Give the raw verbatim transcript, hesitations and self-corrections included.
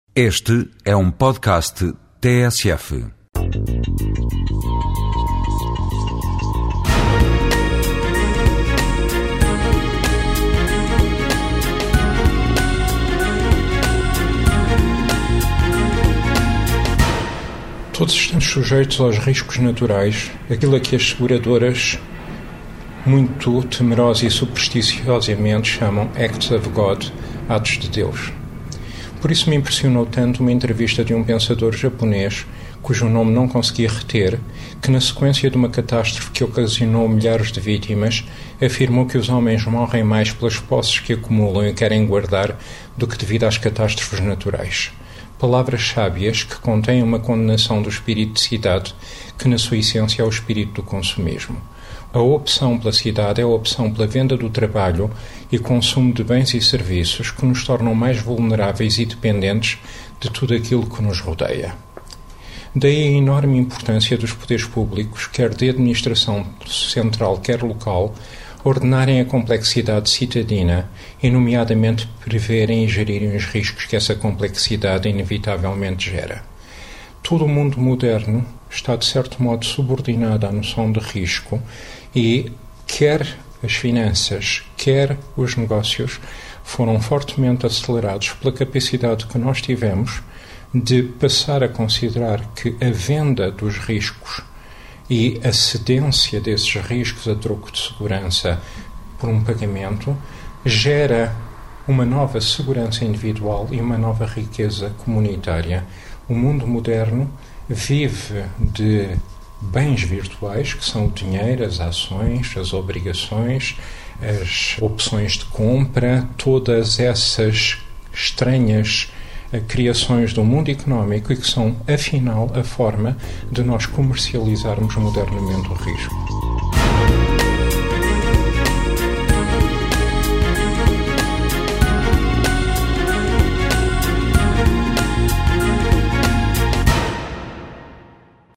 Este é um podcast T S F. Todos estamos sujeitos aos riscos naturais, aquilo a que as seguradoras, muito temerosas e supersticiosamente, chamam Acts of God, atos de Deus. Por isso me impressionou tanto uma entrevista de um pensador japonês, cujo nome não consegui reter, que na sequência de uma catástrofe que ocasionou milhares de vítimas, afirmou que os homens morrem mais pelas posses que acumulam e querem guardar do que devido às catástrofes naturais. Palavras sábias que contêm uma condenação do espírito de cidade, que na sua essência é o espírito do consumismo. A opção pela cidade é a opção pela venda do trabalho e consumo de bens e serviços que nos tornam mais vulneráveis e dependentes de tudo aquilo que nos rodeia. Daí a enorme importância dos poderes públicos, quer de administração central, quer local, ordenarem a complexidade citadina e, nomeadamente, preverem e gerirem os riscos que essa complexidade inevitavelmente gera. Todo o mundo moderno está, de certo modo, subordinado à noção de risco e quer as finanças, quer os negócios foram fortemente acelerados pela capacidade que nós tivemos de passar a considerar que a venda dos riscos e a cedência desses riscos a troco de segurança por um pagamento gera uma nova segurança individual e uma nova riqueza comunitária. O mundo moderno vive de bens virtuais, que são o dinheiro, as ações, as obrigações, as opções de compra, todas essas estranhas criações do mundo económico e que são, afinal, a forma de nós comercializarmos modernamente o risco.